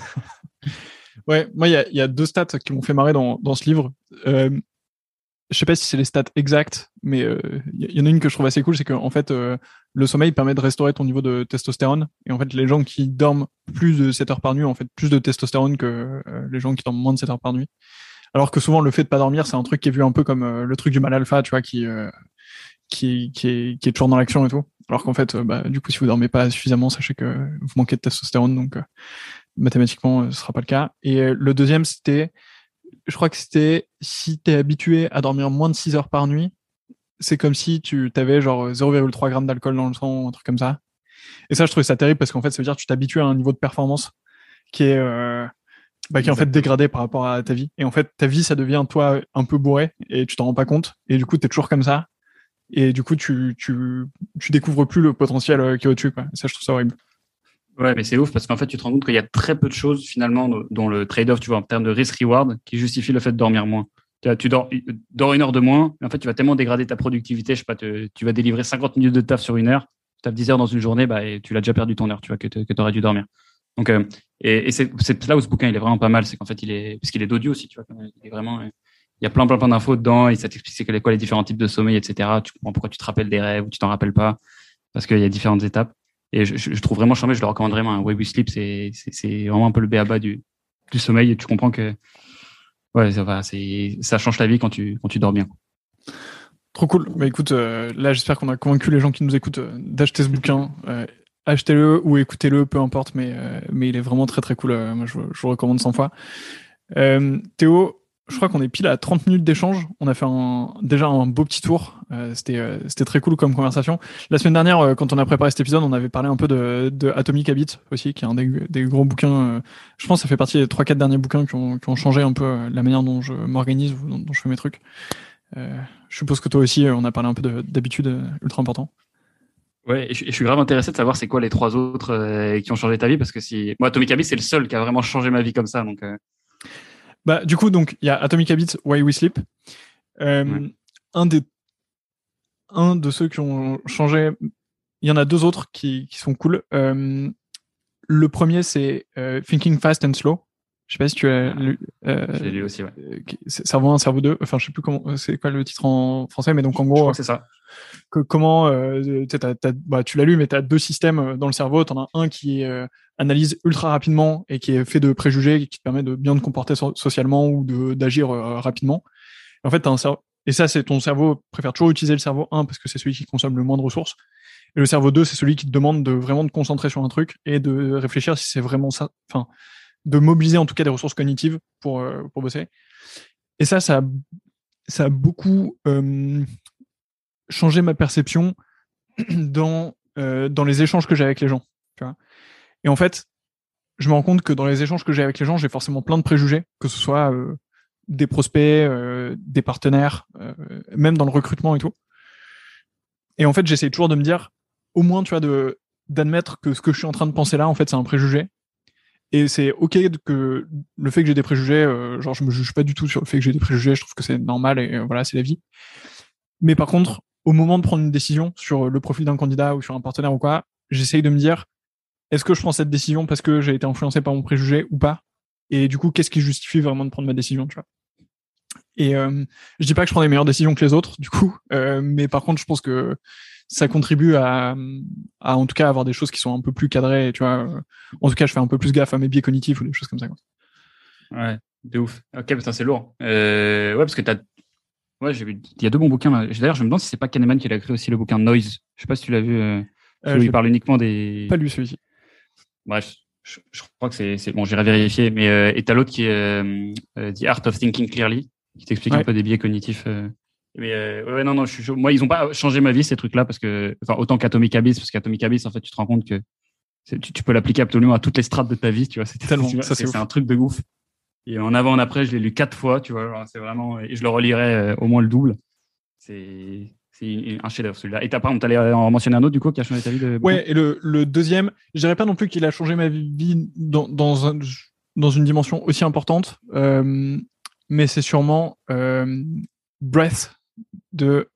Ouais, moi, il y a 2 stats qui m'ont fait marrer dans ce livre. Je sais pas si c'est les stats exactes, mais il y en a une que je trouve assez cool, c'est qu'en fait, le sommeil permet de restaurer ton niveau de testostérone. Et en fait, les gens qui dorment plus de 7 heures par nuit ont en fait plus de testostérone que les gens qui dorment moins de 7 heures par nuit. Alors que souvent, le fait de pas dormir, c'est un truc qui est vu un peu comme le truc du mal alpha, tu vois, qui est toujours dans l'action et tout. Alors qu'en fait, bah, du coup, si vous dormez pas suffisamment, sachez que vous manquez de testostérone, donc mathématiquement, ce sera pas le cas. Et le deuxième, je crois que c'était si t'es habitué à dormir moins de 6 heures par nuit, c'est comme si tu t'avais genre 0,3 grammes d'alcool dans le sang, un truc comme ça. Et ça, je trouvais ça terrible parce qu'en fait, ça veut dire que tu t'habitues à un niveau de performance qui est, qui est en fait Exactement. dégradé par rapport à ta vie. Et en fait, ta vie, ça devient toi un peu bourré et tu t'en rends pas compte. Et du coup, t'es toujours comme ça. Et du coup, tu découvres plus le potentiel qui est au-dessus, quoi. Et ça, je trouve ça horrible. Ouais, mais c'est ouf parce qu'en fait, tu te rends compte qu'il y a très peu de choses finalement dont le trade-off, tu vois, en termes de risk-reward, qui justifie le fait de dormir moins. Tu dors 1 heure de moins, mais en fait, tu vas tellement dégrader ta productivité, je sais pas, tu vas délivrer 50 minutes de taf sur 1 heure, tu tapes 10 heures dans une journée, bah, et tu l'as déjà perdu ton heure, tu vois, que tu aurais dû dormir. Donc, et c'est là où ce bouquin, il est vraiment pas mal, c'est qu'en fait, parce qu'il est d'audio aussi, tu vois, il est vraiment, il y a plein d'infos dedans, et ça t'explique c'est quoi les différents types de sommeil, etc. Tu comprends pourquoi tu te rappelles des rêves ou tu t'en rappelles pas, parce qu'il y a différentes étapes. Et je trouve vraiment charmé, je le recommande vraiment. Un Way We Sleep, c'est vraiment un peu le b.a.-ba du sommeil, et tu comprends que, ouais, ça change ta vie quand tu dors bien. Trop cool. Bah écoute, là, j'espère qu'on a convaincu les gens qui nous écoutent d'acheter ce bouquin. Achetez-le ou écoutez-le, peu importe, mais il est vraiment très très cool. Moi, je vous recommande 100 fois. Théo, je crois qu'on est pile à 30 minutes d'échange. On a fait déjà un beau petit tour. C'était très cool comme conversation. La semaine dernière, quand on a préparé cet épisode, on avait parlé un peu de Atomic Habits aussi, qui est un des gros bouquins. Je pense que ça fait partie des 3-4 derniers bouquins qui ont changé un peu la manière dont je m'organise ou dont je fais mes trucs. Je suppose que toi aussi, on a parlé un peu d'habitudes ultra important. Ouais, et je suis grave intéressé de savoir c'est quoi les 3 autres qui ont changé ta vie, parce que moi, Atomic Habits, c'est le seul qui a vraiment changé ma vie comme ça. Donc, Bah, du coup, donc, il y a Atomic Habits, Why We Sleep. ouais. Un de ceux qui ont changé, il y en a 2 autres qui sont cool. Le premier, c'est Thinking Fast and Slow. Je sais pas si tu as Ah, lu. je l'ai lu aussi, ouais. Cerveau 1, Cerveau 2. Enfin, je sais plus comment, c'est quoi le titre en français, mais donc en Je gros, crois que c'est ça. comment, tu l'as lu, mais tu as 2 systèmes dans le cerveau. Tu en as un qui analyse ultra rapidement et qui est fait de préjugés, qui te permet de bien te comporter socialement ou d'agir rapidement. En fait, t'as un cerveau. Et ça, c'est ton cerveau préfère toujours utiliser le cerveau 1 parce que c'est celui qui consomme le moins de ressources. Et le cerveau 2, c'est celui qui te demande de vraiment te concentrer sur un truc et de réfléchir si c'est vraiment ça. Enfin, de mobiliser en tout cas des ressources cognitives pour bosser. Et ça a beaucoup changé ma perception dans les échanges que j'ai avec les gens. Tu vois. Et en fait, je me rends compte que dans les échanges que j'ai avec les gens, j'ai forcément plein de préjugés, que ce soit des prospects, des partenaires, même dans le recrutement et tout. Et en fait, j'essaie toujours de me dire, au moins, tu vois, d'admettre que ce que je suis en train de penser là, en fait, c'est un préjugé. Et c'est ok que le fait que j'ai des préjugés, genre je me juge pas du tout sur le fait que j'ai des préjugés, je trouve que c'est normal et voilà, c'est la vie. Mais par contre, au moment de prendre une décision sur le profil d'un candidat ou sur un partenaire ou quoi, j'essaye de me dire, est-ce que je prends cette décision parce que j'ai été influencé par mon préjugé ou pas? Et du coup, qu'est-ce qui justifie vraiment de prendre ma décision, tu vois? Et je dis pas que je prends des meilleures décisions que les autres, du coup, mais par contre, je pense que ça contribue à en tout cas avoir des choses qui sont un peu plus cadrées, tu vois. En tout cas, je fais un peu plus gaffe à mes biais cognitifs ou des choses comme ça, quoi. Ouais, de ouf. Ok, putain, c'est lourd. Ouais, parce que ouais, j'ai vu. Il y a 2 bons bouquins là. D'ailleurs, je me demande si c'est pas Kahneman qui a écrit aussi le bouquin Noise. Je sais pas si tu l'as vu. Où il parle uniquement des. Pas lu celui-ci. Bref, je crois que c'est bon. J'irai vérifier. Mais et t'as l'autre qui est The Art of Thinking Clearly, qui t'explique un peu des biais cognitifs. Mais ouais, non, je suis chaud. Moi, ils ont pas changé ma vie ces trucs-là parce que, enfin, autant qu'Atomic Habits, parce qu'Atomic Habits, en fait, tu te rends compte que tu peux l'appliquer absolument à toutes les strates de ta vie, tu vois. C'est un truc de ouf. Et en avant, en après, je l'ai lu 4 fois, tu vois. Alors, c'est vraiment, et je le relirai au moins le double. C'est un chef-d'œuvre celui-là. Et par exemple, t'allais en mentionner un autre du coup qui a changé ta vie de. Ouais, et le deuxième, je dirais pas non plus qu'il a changé ma vie dans une dimension aussi importante, mais c'est sûrement Breath de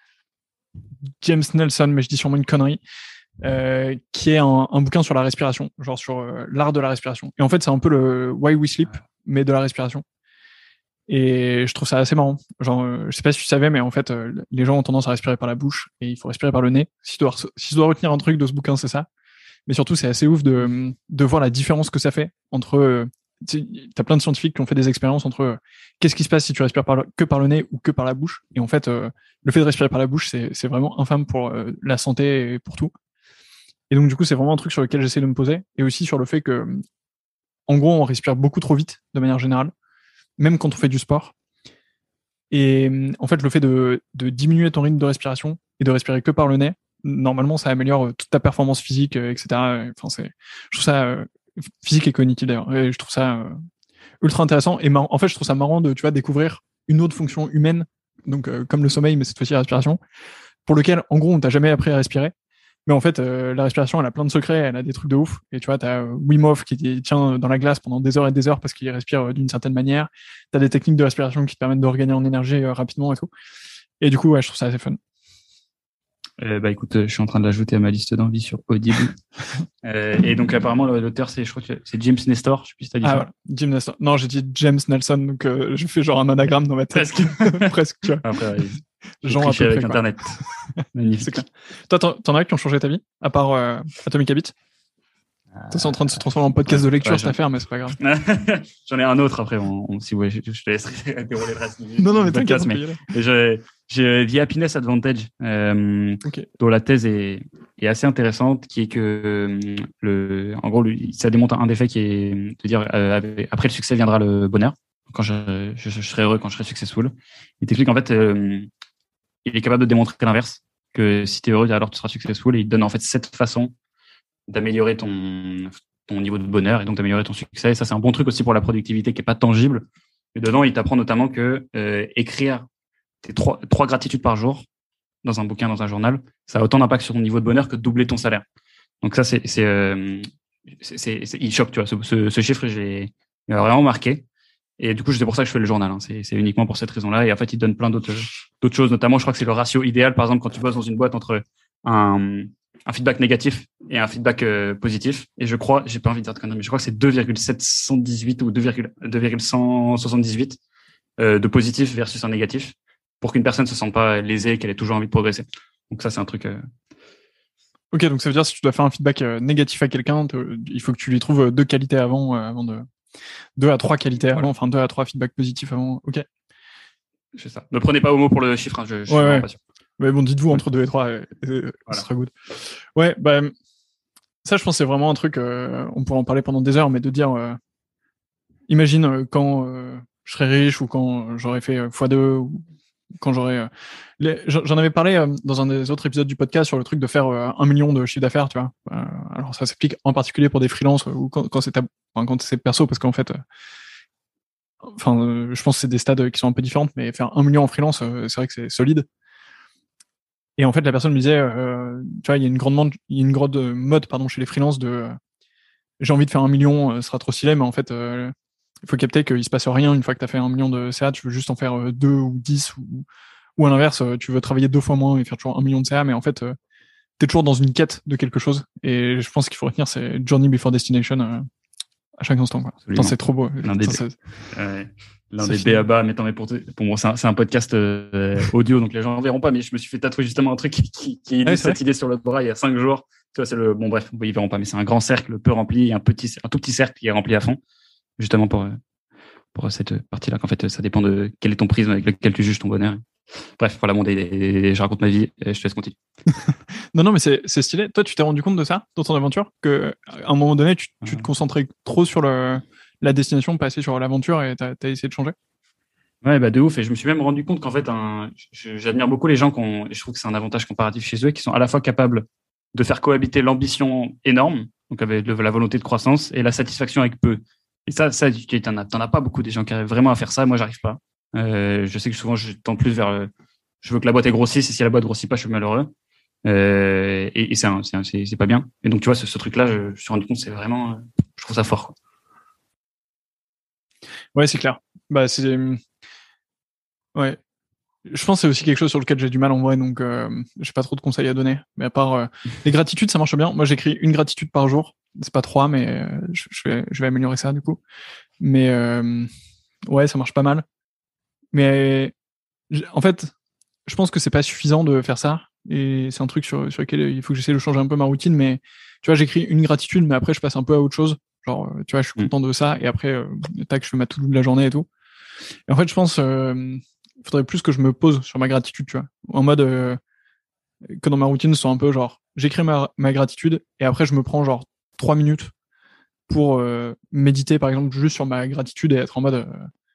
James Nelson, mais je dis sûrement une connerie, qui est un bouquin sur la respiration, genre sur l'art de la respiration. Et en fait, c'est un peu le Why We Sleep, mais de la respiration. Et je trouve ça assez marrant. Genre, je sais pas si tu savais, mais en fait, les gens ont tendance à respirer par la bouche et il faut respirer par le nez. Si tu dois retenir un truc de ce bouquin, c'est ça. Mais surtout, c'est assez ouf de voir la différence que ça fait entre. T'as plein de scientifiques qui ont fait des expériences entre qu'est-ce qui se passe si tu respires que par le nez ou que par la bouche. Et en fait, le fait de respirer par la bouche, c'est vraiment infâme pour la santé et pour tout. Et donc, du coup, c'est vraiment un truc sur lequel j'essaie de me poser. Et aussi sur le fait que, en gros, on respire beaucoup trop vite, de manière générale, même quand on fait du sport. Et en fait, le fait de diminuer ton rythme de respiration et de respirer que par le nez, normalement, ça améliore toute ta performance physique, etc. Enfin, je trouve ça physique et cognitive d'ailleurs. Et je trouve ça ultra intéressant. Et en fait, je trouve ça marrant de, tu vois, découvrir une autre fonction humaine, donc comme le sommeil, mais cette fois-ci la respiration, pour lequel, en gros, on t'a jamais appris à respirer. Mais en fait, la respiration, elle a plein de secrets, elle a des trucs de ouf. Et tu vois, t'as Wim Hof qui tient dans la glace pendant des heures et des heures parce qu'il respire d'une certaine manière. T'as des techniques de respiration qui te permettent de regagner en énergie rapidement et tout. Et du coup, ouais, je trouve ça assez fun. Bah écoute, je suis en train de l'ajouter à ma liste d'envie sur Audible. Et donc apparemment l'auteur je crois que c'est James Nestor, je sais plus si t'as dit ça. Voilà. Jim Nestor. Non, j'ai dit James Nelson, donc je fais genre un anagramme dans ma tête. Presque, tu vois. Après, Genre à peu avec près, Internet. Magnifique. Toi, t'en as qui ont changé ta vie, à part Atomic Habits? C'est en train de se transformer en podcast de lecture cette affaire, mais c'est pas grave. J'en ai un autre après, si vous voulez, je te laisserai dérouler le reste. Non, mais t'inquiète. J'ai The Happiness Advantage, dont la thèse est assez intéressante, qui est que en gros, ça démontre un des faits qui est de dire après le succès viendra le bonheur. Quand je serai heureux, quand je serai successful. Il t'explique en fait, il est capable de démontrer l'inverse, que si tu es heureux, alors tu seras successful, et il te donne en fait 7 façons d'améliorer ton niveau de bonheur et donc d'améliorer ton succès. Et ça, c'est un bon truc aussi pour la productivité qui est pas tangible. Et dedans, il t'apprend notamment que écrire tes 3 gratitudes par jour dans un bouquin, dans un journal, ça a autant d'impact sur ton niveau de bonheur que de doubler ton salaire. Donc ça, il choque, tu vois. Ce chiffre, il m'a vraiment marqué. Et du coup, c'est pour ça que je fais le journal. Hein. C'est uniquement pour cette raison-là. Et en fait, il donne plein d'autres choses. Notamment, je crois que c'est le ratio idéal, par exemple, quand tu bosses dans une boîte entre un feedback négatif et un feedback positif. Et je crois, j'ai pas envie de dire de conneries, mais je crois que c'est 2,718 ou 2,178 de positif versus un négatif pour qu'une personne se sente pas lésée et qu'elle ait toujours envie de progresser. Donc ça, c'est un truc. Ok, donc ça veut dire si tu dois faire un feedback négatif à quelqu'un, il faut que tu lui trouves 2 qualités avant de 2 à 3 qualités avant, enfin 2 à 3 feedbacks positifs avant. Ok. C'est ça. Ne prenez pas au mot pour le chiffre. Hein, je suis vraiment pas sûr. Mais bon, dites-vous entre 2 et 3, voilà. Ce sera good. Ouais, bah, ça, je pense que c'est vraiment un truc, on pourrait en parler pendant des heures, mais de dire, imagine quand je serai riche ou quand j'aurai fait x2 ou quand j'aurai... J'en avais parlé dans un des autres épisodes du podcast sur le truc de faire 1 million de chiffre d'affaires, tu vois. Alors ça s'applique en particulier pour des freelances ou quand c'est perso, parce qu'en fait... je pense que c'est des stades qui sont un peu différents, mais faire 1 million en freelance, c'est vrai que c'est solide. Et en fait, la personne me disait, tu vois, il y a une grande mode chez les freelances de j'ai envie de faire 1 million, ce sera trop stylé, mais en fait, il faut capter qu'il se passe rien une fois que tu as fait 1 million de CA, tu veux juste en faire 2 ou 10 ou à l'inverse, tu veux travailler 2 fois moins et faire toujours 1 million de CA, mais en fait, tu es toujours dans une quête de quelque chose. Et je pense qu'il faut retenir, c'est Journey Before Destination à chaque instant, quoi. Attends, c'est trop beau. L'un des b.a.-ba, mais pour moi, c'est un podcast audio, donc les gens ne verront pas, mais je me suis fait tatouer justement un truc qui illustre cette idée sur le bras il y a 5 jours. Tu vois, bon, bref, ils ne verront pas, mais c'est un grand cercle peu rempli, un tout petit cercle qui est rempli à fond, justement pour cette partie-là, qu'en fait, ça dépend de quel est ton prisme avec lequel tu juges ton bonheur. Bref, voilà, je raconte ma vie et je te laisse continuer. Non, mais c'est stylé. Toi, tu t'es rendu compte de ça dans ton aventure, qu'à un moment donné, tu te concentrais trop sur la destination, pas assez sur l'aventure, et t'as essayé de changer? Ouais, bah de ouf. Et je me suis même rendu compte qu'en fait, j'admire beaucoup les gens et je trouve que c'est un avantage comparatif chez eux, qui sont à la fois capables de faire cohabiter l'ambition énorme, donc avec la volonté de croissance, et la satisfaction avec peu. Et ça, t'en as pas beaucoup des gens qui arrivent vraiment à faire ça. Moi, j'arrive pas. Je sais que souvent, je tends plus vers je veux que la boîte grossisse, et si la boîte grossit pas, je suis malheureux. Et c'est pas bien. Et donc, tu vois, ce truc-là, je me suis rendu compte, c'est vraiment, je trouve ça fort, quoi. Ouais, c'est clair. Bah, ouais. Je pense que c'est aussi quelque chose sur lequel j'ai du mal en vrai, donc j'ai pas trop de conseils à donner. Mais à part les gratitudes, ça marche bien. Moi, j'écris une gratitude par jour. C'est pas 3, mais je vais améliorer ça du coup. Mais ouais, ça marche pas mal. Mais en fait, je pense que c'est pas suffisant de faire ça. Et c'est un truc sur lequel il faut que j'essaie de changer un peu ma routine. Mais tu vois, j'écris une gratitude, mais après, je passe un peu à autre chose. Genre, tu vois, je suis content de ça. Et après, tac, je fais ma to-do de la journée et tout. Et en fait, je pense il faudrait plus que je me pose sur ma gratitude, tu vois. En mode que dans ma routine, ce soit un peu genre, j'écris ma gratitude et après, je me prends genre 3 minutes pour méditer, par exemple, juste sur ma gratitude et être en mode...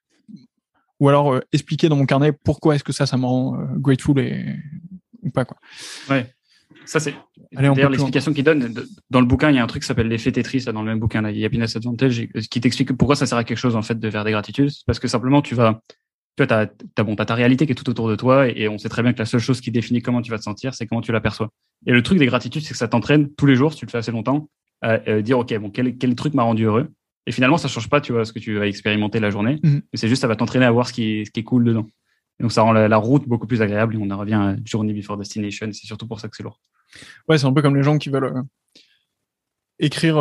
ou alors expliquer dans mon carnet pourquoi est-ce que ça me rend grateful ou pas, quoi. Ouais. Ça, c'est d'ailleurs l'explication qu'il donne dans le bouquin. Il y a un truc qui s'appelle l'effet Tetris, dans le même bouquin, là, il y a Happiness Advantage, qui t'explique pourquoi ça sert à quelque chose, en fait, de faire des gratitudes. C'est parce que simplement, tu vois, t'as ta réalité qui est tout autour de toi, et on sait très bien que la seule chose qui définit comment tu vas te sentir, c'est comment tu l'aperçois. Et le truc des gratitudes, c'est que ça t'entraîne tous les jours, si tu le fais assez longtemps, à dire, OK, bon, quel truc m'a rendu heureux? Et finalement, ça change pas, tu vois, ce que tu vas expérimenter la journée, mais c'est juste, ça va t'entraîner à voir ce qui est cool dedans. Et donc, ça rend la route beaucoup plus agréable, et on en revient à Journey Before Destination. C'est surtout pour ça que c'est lourd. Ouais, c'est un peu comme les gens qui veulent écrire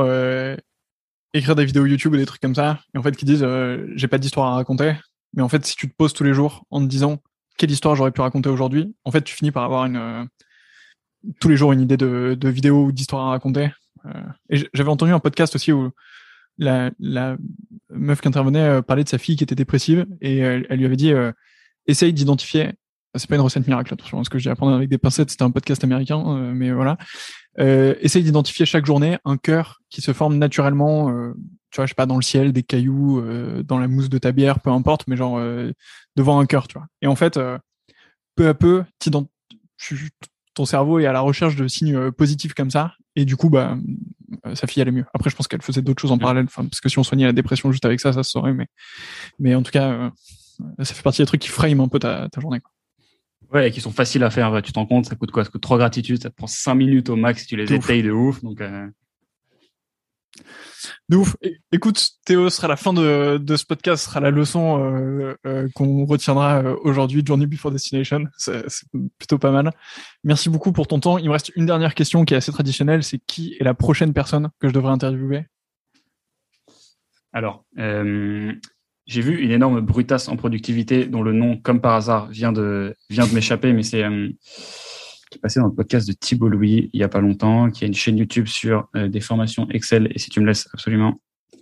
des vidéos YouTube ou des trucs comme ça, et en fait qui disent j'ai pas d'histoire à raconter, mais en fait si tu te poses tous les jours en te disant quelle histoire j'aurais pu raconter aujourd'hui, en fait tu finis par avoir tous les jours une idée de vidéo ou d'histoire à raconter. Et j'avais entendu un podcast aussi où la meuf qui intervenait parlait de sa fille qui était dépressive, et elle lui avait dit essaye d'identifier, c'est pas une recette miracle, attention, ce que je dis à prendre avec des pincettes, c'était un podcast américain, mais voilà. Essaye d'identifier chaque journée un cœur qui se forme naturellement, tu vois, je sais pas, dans le ciel, des cailloux, dans la mousse de ta bière, peu importe, mais genre devant un cœur, tu vois. Et en fait, peu à peu, ton cerveau est à la recherche de signes positifs comme ça, et du coup, bah, sa fille allait mieux. Après, je pense qu'elle faisait d'autres choses en parallèle, parce que si on soignait la dépression juste avec ça se saurait, mais en tout cas, ça fait partie des trucs qui frame un peu ta journée, quoi. Ouais, et qui sont faciles à faire. Tu te rends compte, ça coûte quoi? Ça coûte 3 gratitudes, ça te prend 5 minutes au max si tu les étayes de ouf. Donc, de ouf. Écoute, Théo, sera la fin de ce podcast, sera la leçon qu'on retiendra aujourd'hui, Journey Before Destination. C'est plutôt pas mal. Merci beaucoup pour ton temps. Il me reste une dernière question qui est assez traditionnelle. C'est qui est la prochaine personne que je devrais interviewer? Alors, j'ai vu une énorme brutasse en productivité dont le nom, comme par hasard, vient de m'échapper, mais c'est qui est passé dans le podcast de Thibault Louis il y a pas longtemps, qui a une chaîne YouTube sur des formations Excel. Et si tu me laisses absolument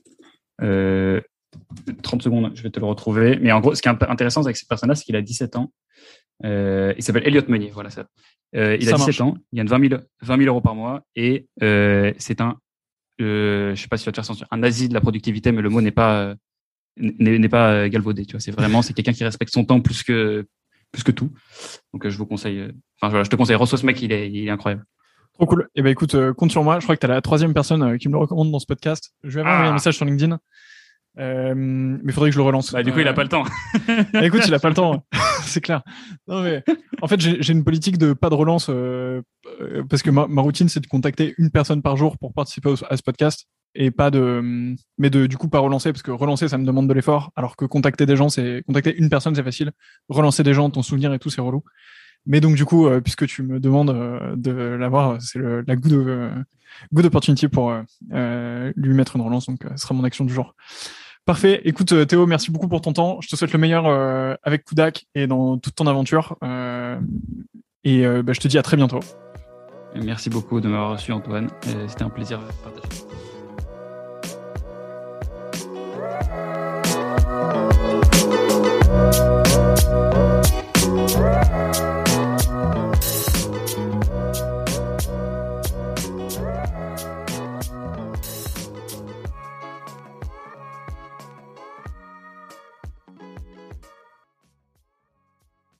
30 secondes, je vais te le retrouver. Mais en gros, ce qui est intéressant avec cette personne-là, c'est qu'il a 17 ans. Il s'appelle Elliot Meunier, voilà ça. Il a 17 ans, il gagne 20 000 euros par mois, et c'est je sais pas si tu vas te faire censurer, un nazi de la productivité, mais le mot n'est pas galvaudé, tu vois. C'est quelqu'un qui respecte son temps plus que tout. Donc je vous conseille, je te conseille, reçois ce mec, il est incroyable. Trop cool. Et ben écoute, compte sur moi. Je crois que t'es la 3e personne qui me le recommande dans ce podcast. Je vais envoyer un message sur LinkedIn. Mais il faudrait que je le relance. Du coup, il a pas le temps. Écoute, il a pas le temps. C'est clair. Non, mais en fait, j'ai une politique de pas de relance parce que ma routine, c'est de contacter une personne par jour pour participer à ce podcast, et du coup pas relancer, parce que relancer, ça me demande de l'effort, alors que contacter une personne, c'est facile. Relancer des gens, ton souvenir et tout, c'est relou. Mais donc du coup, puisque tu me demandes de l'avoir, c'est la good opportunity pour lui mettre une relance, donc ce sera mon action du jour. Parfait. Écoute, Théo, merci beaucoup pour ton temps. Je te souhaite le meilleur avec Kudak et dans toute ton aventure. Je te dis à très bientôt. Merci beaucoup de m'avoir reçu, Antoine. C'était un plaisir de partager.